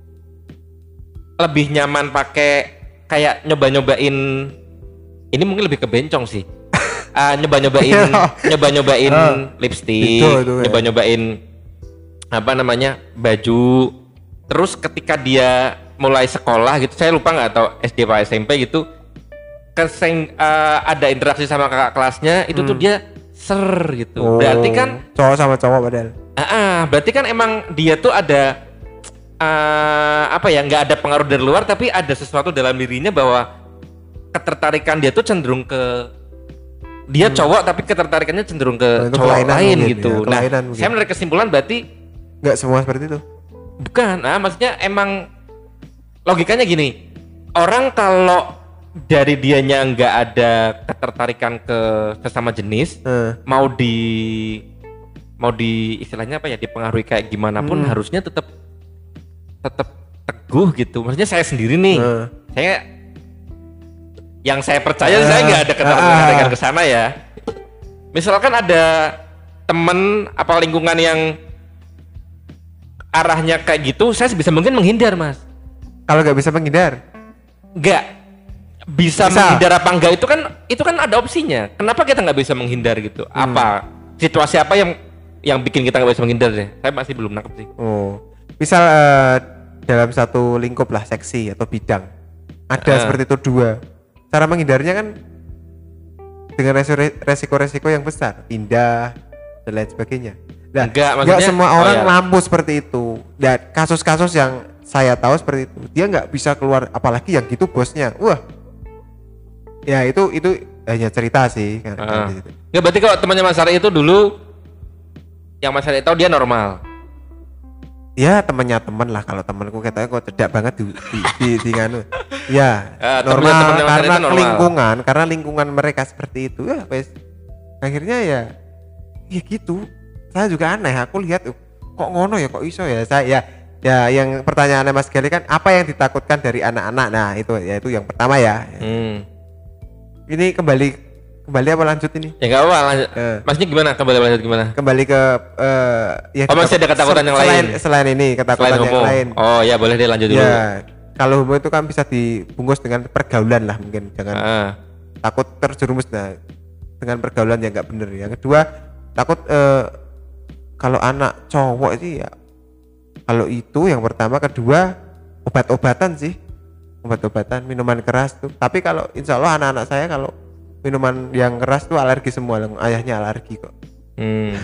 lebih nyaman pakai kayak nyoba-nyobain, ini mungkin lebih ke bencong sih, uh, nyoba-nyobain, nyoba-nyobain oh. lipstick, itu, itu, nyoba-nyobain ya. apa namanya baju, terus ketika dia mulai sekolah gitu, saya lupa nggak atau S D apa S M P gitu, keseng uh, ada interaksi sama kakak kelasnya itu hmm. tuh dia ser gitu. Oh, berarti kan cowok sama cowok padahal. Uh, uh, berarti kan emang dia tuh ada uh, apa ya, nggak ada pengaruh dari luar, tapi ada sesuatu dalam dirinya bahwa ketertarikan dia tuh cenderung ke dia hmm. cowok, tapi ketertarikannya cenderung ke oh, cowok lain mungkin, gitu. Ya, nah, mungkin. Saya menarik kesimpulan berarti nggak semua seperti itu. Bukan, nah maksudnya emang logikanya gini, orang kalau dari dianya nggak ada ketertarikan ke sesama jenis, hmm. mau di mau di istilahnya apa ya, dipengaruhi kayak gimana pun hmm. harusnya tetap tetap teguh gitu. Maksudnya saya sendiri nih, hmm. saya yang saya percaya uh, saya nggak ada ketertarikan uh, ke sana ya. Misalkan ada temen apa lingkungan yang arahnya kayak gitu, saya sebisa mungkin menghindar mas. Kalau nggak bisa menghindar, nggak bisa, bisa menghindar apa enggak itu kan itu kan ada opsinya. Kenapa kita nggak bisa menghindar gitu? Hmm. Apa situasi apa yang yang bikin kita nggak bisa menghindar deh? Saya masih belum nangkep sih. Oh, misal uh, dalam satu lingkup lah, seksi atau bidang ada uh. seperti itu dua. Cara menghindarnya kan dengan resiko-resiko yang besar, pindah dan lain sebagainya. Nah, enggak, enggak semua orang oh, ya. mampu seperti itu. Dan kasus-kasus yang saya tahu seperti itu, dia nggak bisa keluar, apalagi yang gitu bosnya, wah, ya itu itu hanya cerita sih. Kan, uh. Ya berarti kalau temannya Mas Ari itu dulu, yang Mas Ari tahu dia normal. Ya temannya teman lah, kalau temanku katanya kok cedak banget di di, di, di nganu. Ya uh, normal temen karena normal. lingkungan, karena lingkungan mereka seperti itu ya, wes. Akhirnya ya, ya gitu. Saya juga aneh, aku lihat kok ngono ya, kok iso ya saya ya. Ya, yang pertanyaannya Mas Gali kan apa yang ditakutkan dari anak-anak? Nah, itu ya itu yang pertama ya. Hmm. Ini kembali kembali apa lanjut ini? Ya enggak apa lanjut. Uh. Maksudnya gimana? Kembali lanjut gimana? Kembali ke uh, ya oh, masih ada ketakutan yang selain, lain. Selain ini, ketakutan selain yang lain. Oh, ya boleh deh lanjut dulu. Ya, kalau homo itu kan bisa dibungkus dengan pergaulan lah mungkin, jangan uh. takut terjerumus nah, dengan pergaulan yang enggak benar. Yang kedua, takut uh, kalau anak cowok itu ya, kalau itu yang pertama, kedua obat-obatan sih, obat-obatan, minuman keras tuh. Tapi kalau insya Allah anak-anak saya kalau minuman yang keras tuh alergi semua, ayahnya alergi kok. Hmm.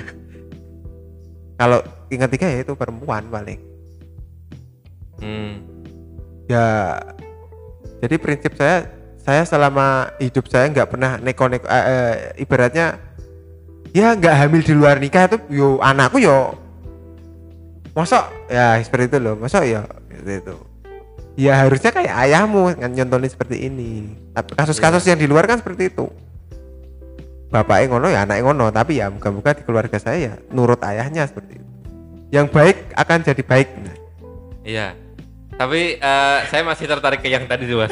Kalau yang ketiga ya itu perempuan paling. Hmm. Ya, jadi prinsip saya saya selama hidup saya nggak pernah neko-neko uh, uh, ibaratnya ya nggak hamil di luar nikah itu yo anakku yo masa ya seperti itu loh, masa ya seperti itu ya harusnya kayak ayahmu kan nyontonin seperti ini. Tapi kasus-kasus yeah. yang di luar kan seperti itu, bapaknya ngono ya anaknya ngono, tapi ya moga-moga di keluarga saya ya nurut ayahnya seperti itu, yang baik akan jadi baik. Iya, tapi uh, saya masih tertarik ke yang tadi tuh mas.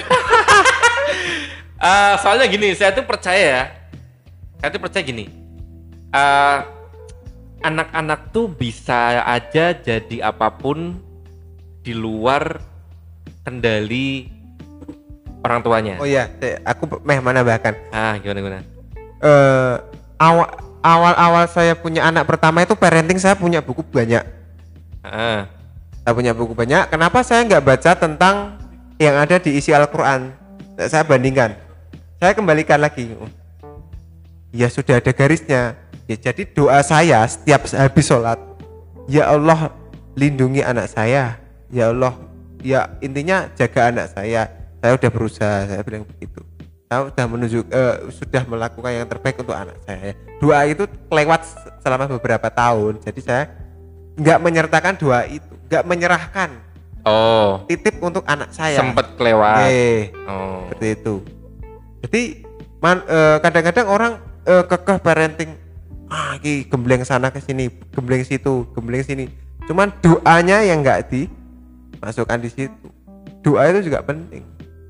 uh, soalnya gini, saya tuh percaya ya, saya tuh percaya gini, uh, anak-anak tuh bisa aja jadi apapun di luar kendali orang tuanya. Oh iya, aku meh mana bahkan. Ah, gimana gimana? Uh, awal awal-awal saya punya anak pertama itu parenting, saya punya buku banyak. Ah. Saya punya buku banyak. Kenapa saya nggak baca tentang yang ada di isi Al-Quran? Saya bandingkan. Saya kembalikan lagi. Ya sudah ada garisnya. Ya, jadi doa saya setiap habis sholat, ya Allah lindungi anak saya, ya Allah, ya intinya jaga anak saya. Saya udah berusaha, saya bilang begitu. Saya sudah menunjuk, uh, sudah melakukan yang terbaik untuk anak saya. Doa itu lewat selama beberapa tahun, jadi saya nggak menyertakan doa itu, nggak menyerahkan. Oh. Titip untuk anak saya. Sempet kelewat. Eh, oh. Seperti itu. Jadi man, uh, kadang-kadang orang uh, kekeh parenting. Ah, ki gembleng sana ke sini, gembleng situ, gembleng sini. Cuman doanya yang enggak dimasukkan di situ. Doa itu juga penting.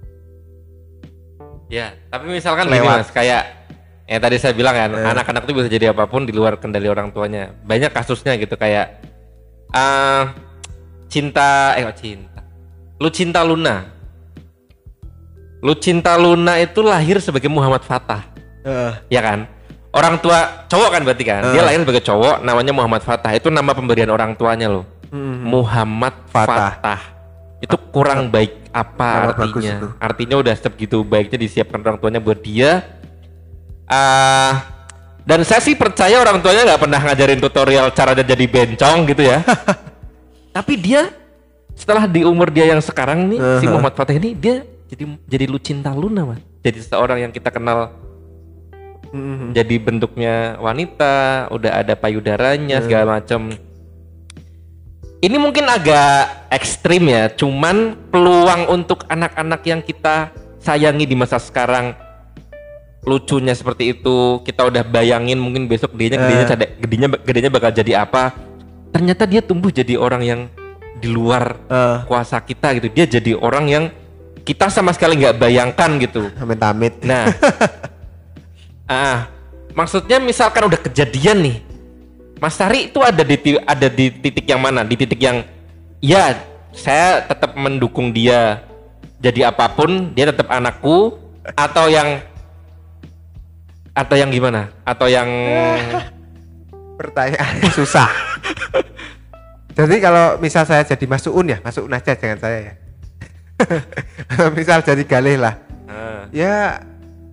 Ya, tapi misalkan gini mas, kayak yang tadi saya bilang kan, eh. anak-anak itu bisa jadi apapun di luar kendali orang tuanya. Banyak kasusnya gitu, kayak uh, cinta, eh cinta, Lucinta Luna. Lucinta Luna itu lahir sebagai Muhammad Fattah, uh. ya kan? Orang tua cowok kan berarti kan, uh. dia lahir sebagai cowok, namanya Muhammad Fattah. Itu nama pemberian orang tuanya loh, mm-hmm. Muhammad Fattah. Fattah. Itu kurang baik apa nama artinya? Artinya udah segitu baiknya disiapkan orang tuanya buat dia. Uh, dan saya sih percaya orang tuanya nggak pernah ngajarin tutorial cara dia jadi bencong gitu ya. Tapi dia setelah di umur dia yang sekarang nih, uh-huh. si Muhammad Fattah ini dia jadi jadi Lucinta Luna mas. Jadi seorang yang kita kenal. Mm-hmm. Jadi bentuknya wanita, udah ada payudaranya, mm. segala macam. Ini mungkin agak ekstrim ya, cuman peluang untuk anak-anak yang kita sayangi di masa sekarang lucunya seperti itu, kita udah bayangin mungkin besok gedenya gedenya uh. gedenya gedenya bakal jadi apa. Ternyata dia tumbuh jadi orang yang di luar uh. kuasa kita gitu. Dia jadi orang yang kita sama sekali nggak bayangkan gitu. Amit-amit. Nah. Ah, maksudnya misalkan udah kejadian nih, Mas Tari itu ada di ada di titik yang mana? Di titik yang, ya saya tetap mendukung dia jadi apapun, dia tetap anakku, atau yang, atau yang gimana? Atau yang pertanyaan susah. Jadi kalau misal saya jadi Mas Uun ya, Mas Uun aja jangan saya ya. Misal jadi Galih lah, ah. ya.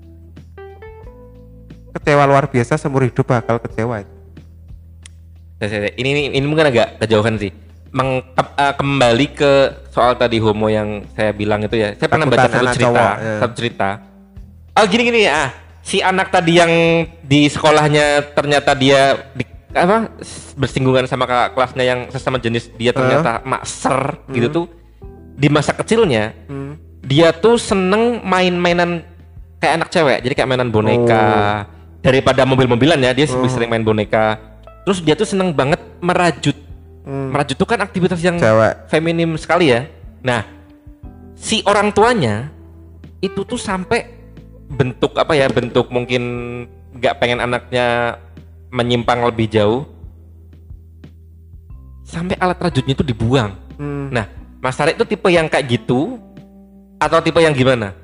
Kecewa luar biasa, seumur hidup bakal kecewa. Ini ini, ini mungkin agak kejauhan sih. Meng, uh, kembali ke soal tadi homo yang saya bilang itu ya. Saya pernah baca satu cerita, cowok, ya. satu cerita. Oh gini gini ah, si anak tadi yang di sekolahnya ternyata dia di, apa bersinggungan sama kakak kelasnya yang sesama jenis dia ternyata uh. makser hmm. gitu tuh. Di masa kecilnya hmm. dia tuh seneng main-mainan kayak anak cewek, jadi kayak mainan boneka. Oh. Daripada mobil-mobilan ya, dia lebih oh. sering main boneka. Terus dia tuh seneng banget merajut. Hmm. Merajut itu kan aktivitas yang cewek. Feminim sekali ya. Nah, si orang tuanya itu tuh sampai bentuk apa ya, bentuk mungkin nggak pengen anaknya menyimpang lebih jauh, sampai alat rajutnya itu dibuang. Hmm. Nah, Mas Tarik itu tipe yang kayak gitu atau tipe yang gimana?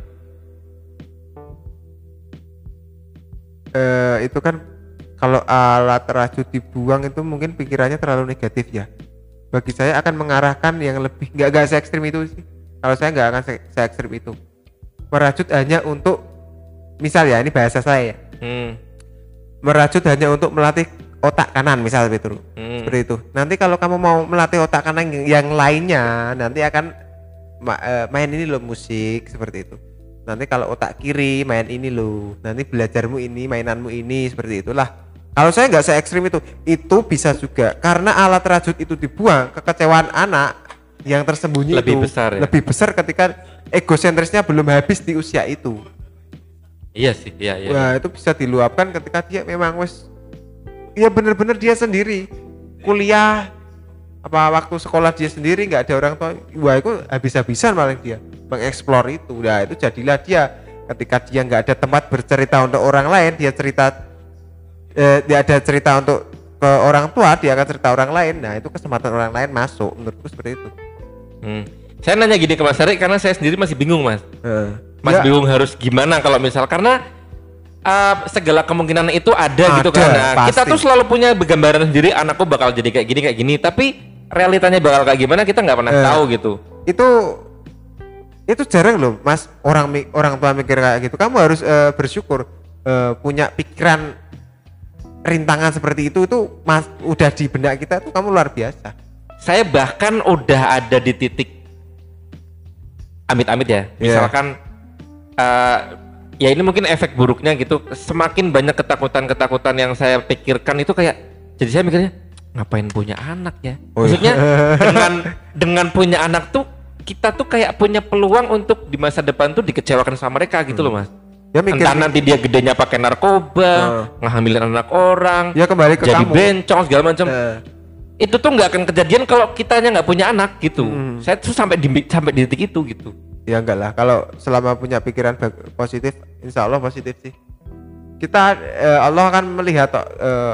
Uh, itu kan kalau alat rajut dibuang itu mungkin pikirannya terlalu negatif ya. Bagi saya akan mengarahkan yang lebih nggak nggak se ekstrim itu sih. Kalau saya nggak akan se, se ekstrim itu. Merajut hanya untuk, misal ya ini bahasa saya. Hmm. Merajut hanya untuk melatih otak kanan misal begitu. Hmm. Seperti itu. Nanti kalau kamu mau melatih otak kanan yang, yang lainnya, nanti akan ma, uh, main ini loh musik seperti itu. nanti kalau otak kiri main ini loh, nanti belajarmu ini, mainanmu ini, seperti itulah. Kalau saya nggak se ekstrim itu, itu bisa juga karena alat rajut itu dibuang, kekecewaan anak yang tersembunyi lebih itu besar ya? lebih besar ketika egosentrisnya belum habis di usia itu. Iya sih, iya iya. Wah, itu bisa diluapkan ketika dia memang wes, ya bener-bener dia sendiri kuliah apa waktu sekolah dia sendiri nggak ada orang tua, wah itu habis-habisan paling dia mengeksplor itu. Nah itu jadilah dia ketika dia nggak ada tempat bercerita untuk orang lain, dia cerita eh, dia ada cerita untuk ke orang tua, dia akan cerita orang lain. Nah itu kesempatan orang lain masuk, menurutku seperti itu. Hmm. Saya nanya gini ke Mas Ari karena saya sendiri masih bingung Mas. Uh, Mas ya. bingung harus gimana kalau misal karena uh, segala kemungkinan itu ada, ada gitu kan. Nah, kita tuh selalu punya gambaran sendiri anakku bakal jadi kayak gini kayak gini, tapi realitanya bakal kayak gimana kita nggak pernah uh, tahu gitu. Itu itu jarang loh Mas, orang orang tua mikir kayak gitu. Kamu harus uh, bersyukur uh, punya pikiran rintangan seperti itu, itu Mas udah di benak kita tuh kamu luar biasa. Saya bahkan udah ada di titik amit-amit ya, misalkan yeah. uh, ya ini mungkin efek buruknya gitu, semakin banyak ketakutan-ketakutan yang saya pikirkan itu kayak, jadi saya mikirnya ngapain punya anak ya, oh, maksudnya iya. dengan dengan punya anak tuh kita tuh kayak punya peluang untuk di masa depan tuh dikecewakan sama mereka gitu hmm. loh Mas. Ya, mikir, entah nanti dia gedenya pakai narkoba, uh. ngehamilin anak orang, ya kembali ke jadi kamu. bencong segala macam. Uh. Itu tuh nggak akan kejadian kalau kitanya nggak punya anak gitu. Hmm. Saya tuh sampai di sampai di titik itu gitu. Ya enggak lah, kalau selama punya pikiran positif, insya Allah positif sih. Kita eh, Allah akan melihat eh,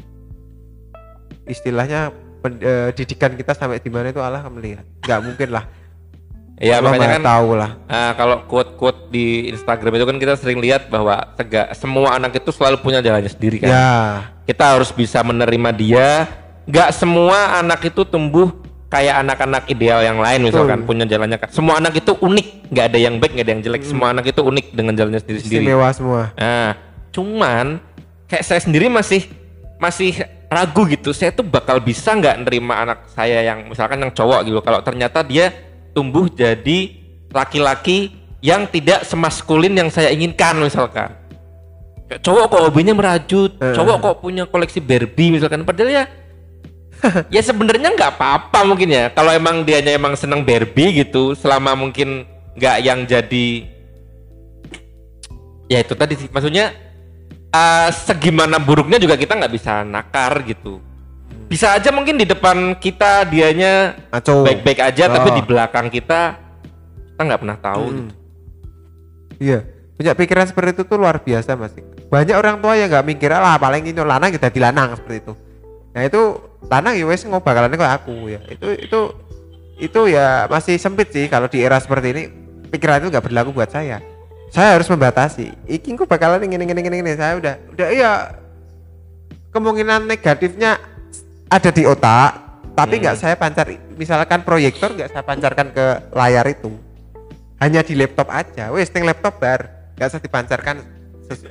istilahnya pen, eh, didikan kita sampai di mana itu Allah akan melihat. Nggak mungkin lah. Ya Allah makanya kan tahu lah. Uh, kalau quote-quote di Instagram itu kan kita sering lihat bahwa sega, semua anak itu selalu punya jalannya sendiri kan. Ya. Kita harus bisa menerima dia. Nggak semua anak itu tumbuh kayak anak-anak ideal yang lain misalkan Betul. punya jalannya. Semua anak itu unik, nggak ada yang baik, nggak ada yang jelek. Hmm. Semua anak itu unik dengan jalannya sendiri-sendiri. Istimewa semua. Nah, cuman kayak saya sendiri masih masih ragu gitu. Saya tuh bakal bisa nggak nerima anak saya yang misalkan yang cowok gitu. Kalau ternyata dia tumbuh jadi laki-laki yang tidak semaskulin yang saya inginkan misalkan. Cowok kok hobinya merajut, uh. cowok kok punya koleksi Barbie misalkan. Padahal ya ya sebenarnya nggak apa-apa mungkin ya kalau emang dianya emang seneng Barbie gitu, selama mungkin nggak yang jadi ya itu tadi sih, maksudnya uh, segimana buruknya juga kita nggak bisa nakar gitu. Bisa aja mungkin di depan kita dianya Aco. baik-baik aja oh. tapi di belakang kita kita nggak pernah tahu hmm. gitu. Iya, punya pikiran seperti itu tuh luar biasa Mas. Banyak orang tua yang nggak mikir lah paling ini lanang kita dilanang seperti itu. Nah itu lanang ya wes ngobakalannya kayak aku ya. Itu itu itu ya masih sempit sih kalau di era seperti ini. Pikiran itu nggak berlaku buat saya. Saya harus membatasi. Iki kok bakalan ini ini ini ini. Saya udah udah iya kemungkinan negatifnya ada di otak, tapi nggak hmm. saya pancar. Misalkan proyektor nggak saya pancarkan ke layar itu, hanya di laptop aja. Wes ting laptop bar, nggak usah dipancarkan. Ses-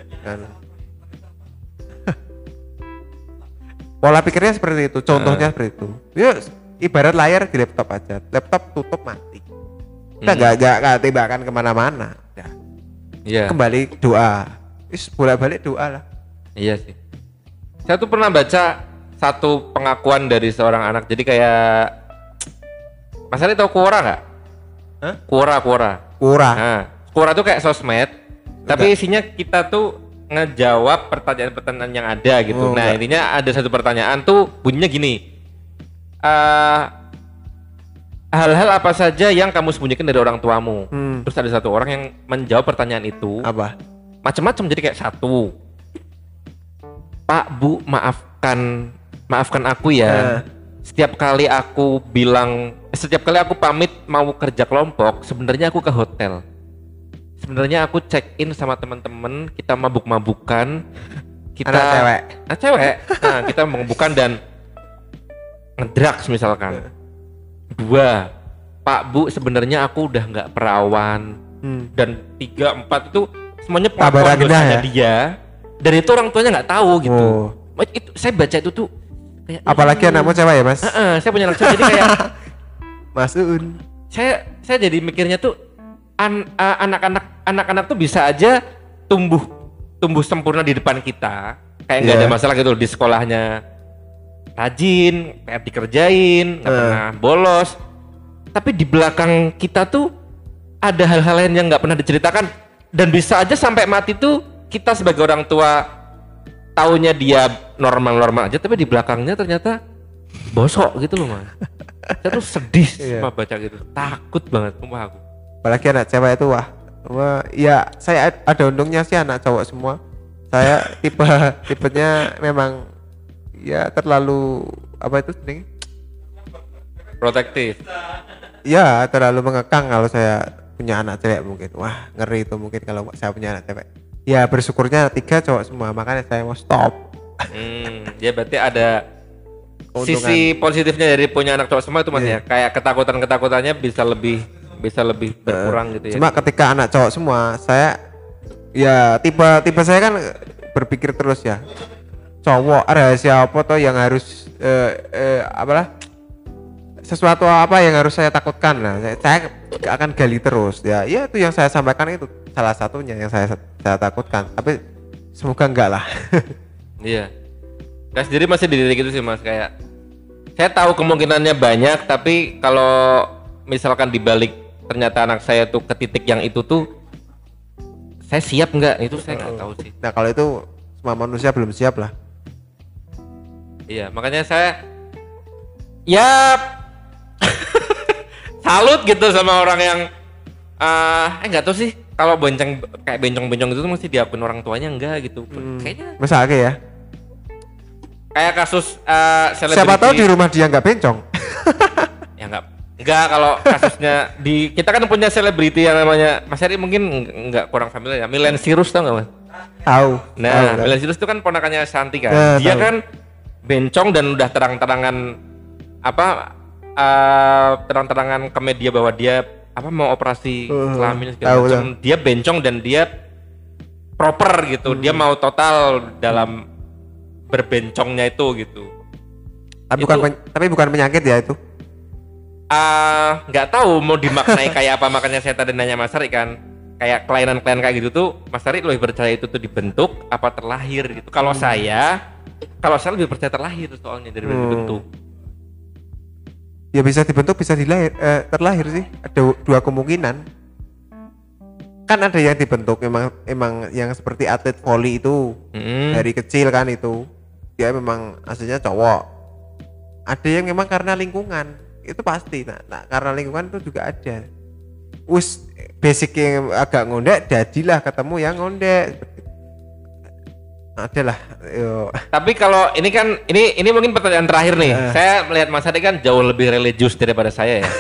Pola pikirnya seperti itu, contohnya uh. seperti itu. Ya ibarat layar di laptop aja, laptop tutup mati. Kita nggak hmm. nggak nggak tembakan kemana-mana. Ya. Yeah. Kembali doa, is bolak-balik doa lah. Iya sih. Saya tuh pernah baca satu pengakuan dari seorang anak. Jadi kayak Mas Ali tahu Quora nggak? Hah? Quora, Quora. Quora. Nah, Quora tuh kayak sosmed, enggak. Tapi isinya kita tuh ngejawab pertanyaan-pertanyaan yang ada gitu. Oh, nah, enggak. Intinya ada satu pertanyaan tuh bunyinya gini. Uh, hal-hal apa saja yang kamu sembunyikan dari orang tuamu? Hmm. Terus ada satu orang yang menjawab pertanyaan itu. Apa? Macam-macam, jadi kayak satu. Pak, Bu, maafkan maafkan aku ya. Uh. Setiap kali aku bilang, setiap kali aku pamit mau kerja kelompok, sebenarnya aku ke hotel. Sebenarnya aku check in sama teman-teman, kita mabuk-mabukan, kita anak cewek, nah cewek, nah kita mabuk-mabukan dan ngedrugs misalkan. Dua, Pak Bu, sebenarnya aku udah nggak perawan. Hmm. Dan tiga, empat itu semuanya pengakuan dosanya ya? Dia. Dan itu orang tuanya nggak tahu gitu. Oh. Itu saya baca itu tuh. Kayak, apalagi hmm. anakmu cewek ya Mas? Uh-uh, saya punya anak cewek jadi kayak Mas Un. Saya saya jadi mikirnya tuh an, uh, anak-anak anak-anak tuh bisa aja tumbuh tumbuh sempurna di depan kita, kayak nggak yeah. ada masalah gitu di sekolahnya, rajin, P R dikerjain, nggak uh. pernah bolos. Tapi di belakang kita tuh ada hal-hal lain yang nggak pernah diceritakan, dan bisa aja sampai mati tuh kita sebagai orang tua taunya dia normal-normal aja, tapi di belakangnya ternyata bosok gitu loh, Mas. Saya tuh sedih yeah. sama baca gitu, takut banget sumpah aku. Apalagi anak cewek itu wah, wah ya saya ada untungnya sih anak cowok semua. Saya tipe tipenya memang ya terlalu apa itu sebenarnya? Protektif. Ya terlalu mengekang kalau saya punya anak cewek mungkin. Wah ngeri itu mungkin kalau saya punya anak cewek. Ya bersyukurnya tiga cowok semua, makanya saya mau stop. Hmm, ya berarti ada keuntungan. Sisi positifnya dari punya anak cowok semua itu Mas yeah. ya. Kayak ketakutan-ketakutannya bisa lebih bisa lebih berkurang uh, gitu ya. Cuma ketika anak cowok semua, saya ya tipe tipe saya kan berpikir terus ya. Cowok ada siapa toh yang harus uh, uh, apalah sesuatu apa yang harus saya takutkan. Nah, saya, saya akan gali terus ya. Ya itu yang saya sampaikan itu salah satunya yang saya saya takutkan. Tapi semoga enggak lah. Iya. Saya sendiri masih di titik itu sih Mas, kayak saya tahu kemungkinannya banyak, tapi kalau misalkan dibalik ternyata anak saya tuh ke titik yang itu tuh saya siap nggak? Itu saya nggak tahu sih. Nah kalau itu semua manusia belum siap lah. Iya, makanya saya ya salut gitu sama orang yang uh, eh nggak tahu sih kalau bencong kayak bencong-bencong itu tuh mesti diapain orang tuanya enggak gitu. Hmm. Kayaknya masa kayak ya? Kayak kasus uh, selebriti. Siapa tahu di rumah dia nggak bencong. Ya nggak, nggak kalau kasusnya di kita kan punya selebriti yang namanya Mas Heri mungkin nggak kurang familiar ya, Miley Cyrus tau nggak Mas? Tahu. Nah, Miley Cyrus itu kan ponakannya Shanti kan. Nah, dia tahu. Kan bencong dan udah terang-terangan apa uh, terang-terangan ke media bahwa dia apa mau operasi uh, kelamin segala macam. Dia bencong dan dia proper gitu. Hmm. Dia mau total dalam berbencongnya itu gitu. Tapi itu, bukan pen, tapi bukan penyakit ya itu. Ah, uh, nggak tahu mau dimaknai kayak apa, makanya saya tadi nanya Mas Ari kan. Kayak kelainan-kelainan kayak gitu tuh Mas Ari lebih percaya itu tuh dibentuk apa terlahir gitu. Kalau hmm. saya kalau saya lebih percaya terlahir soalnya dari hmm. dibentuk. Ya bisa dibentuk bisa dilahir eh, terlahir sih. Ada dua kemungkinan. Kan ada yang dibentuk emang emang yang seperti atlet voli itu hmm. dari kecil kan itu. Dia memang aslinya cowok. Ada yang memang karena lingkungan. Itu pasti. Nah, nah karena lingkungan itu juga ada. Us basic yang agak ngondek jadilah ketemu yang ngondek. Adalah. Tapi kalau ini kan ini ini mungkin pertanyaan terakhir nih. Uh. Saya melihat Mas Hadi kan jauh lebih religius daripada saya ya.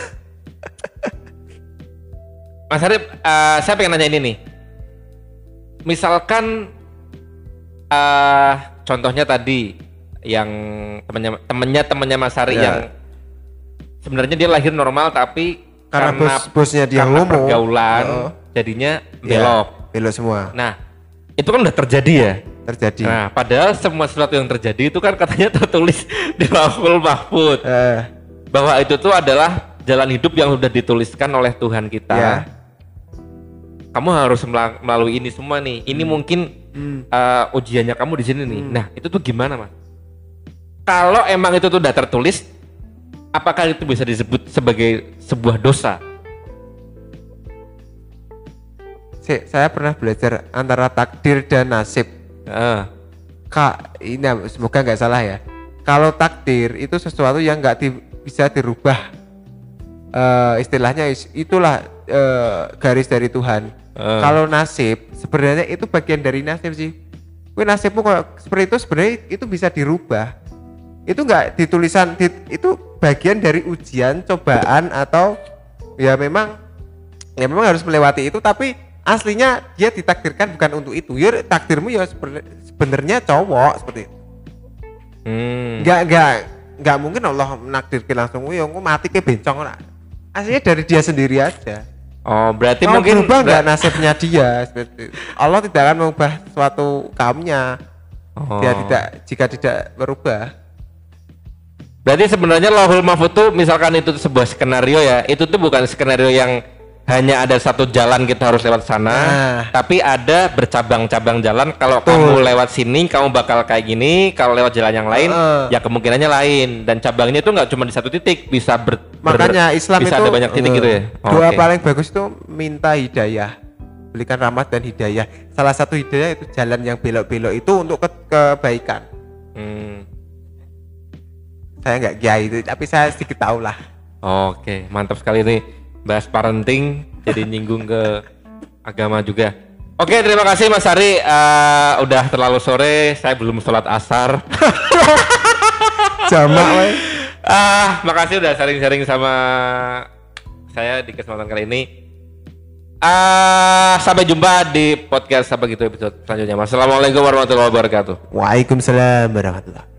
Mas Hadi, uh, saya pengen nanya ini nih. Misalkan uh, contohnya tadi yang temennya temennya temennya Mas Hari yeah. yang sebenarnya dia lahir normal tapi karena, karena bos, bosnya dia karena ngomong pergaulan oh. jadinya belok. Yeah, belok semua. Nah, itu kan udah terjadi ya. Terjadi. Nah, padahal semua sesuatu yang terjadi itu kan katanya tertulis di Lauhul Mahfuz. Eh. Bahwa itu tuh adalah jalan hidup yang sudah dituliskan oleh Tuhan kita. Yeah. Kamu harus melalui ini semua nih. Ini hmm. mungkin hmm. Uh, ujiannya kamu di sini nih. Hmm. Nah, itu tuh gimana, Mas? Kalau emang itu tuh udah tertulis, apakah itu bisa disebut sebagai sebuah dosa? Si, saya pernah belajar antara takdir dan nasib. Uh. Kak, ini semoga nggak salah ya. Kalau takdir itu sesuatu yang nggak di, bisa dirubah. Uh, istilahnya itulah uh, garis dari Tuhan. Uh. Kalau nasib sebenarnya itu bagian dari nasib sih. Kue nasibmu kalau seperti itu sebenarnya itu bisa dirubah. Itu enggak ditulisan di, itu bagian dari ujian, cobaan atau ya memang ya memang harus melewati itu, tapi aslinya dia ditakdirkan bukan untuk itu. Ya takdirmu ya sebenarnya cowok seperti itu. Hmm. Enggak enggak enggak mungkin Allah menakdirkan langsung yo engko mati ke bencong ora. Aslinya dari dia sendiri aja. Oh, berarti mau mungkin berubah enggak nasibnya dia seperti itu. Allah tidak akan mengubah suatu kaumnya. Oh. Dia tidak jika tidak berubah. Berarti sebenarnya Lauhul Mahfuz itu misalkan itu sebuah skenario ya, itu tuh bukan skenario yang hanya ada satu jalan kita harus lewat sana, nah. tapi ada bercabang-cabang jalan. Kalau Betul. kamu lewat sini, kamu bakal kayak gini. Kalau lewat jalan yang lain, uh. ya kemungkinannya lain. Dan cabangnya itu nggak cuma di satu titik, bisa ber, makanya ber, Islam bisa itu ada banyak titik uh, gitu ya. Oh, doa okay. paling bagus itu minta hidayah, berikan rahmat dan hidayah. Salah satu hidayah itu jalan yang belok-belok itu untuk ke kebaikan. Hmm. Saya nggak kiai itu, tapi saya sedikit tahu lah. Oke, okay. Mantap sekali nih. Bahas parenting jadi nyinggung ke agama juga. Oke, terima kasih Mas Ari. Uh, udah terlalu sore, saya belum sholat asar. Jamak weh. Ah, makasih udah sharing-sharing sama saya di kesempatan kali ini. Uh, sampai jumpa di podcast apa gitu episode selanjutnya. Wassalamualaikum warahmatullahi wabarakatuh. Waalaikumsalam warahmatullahi.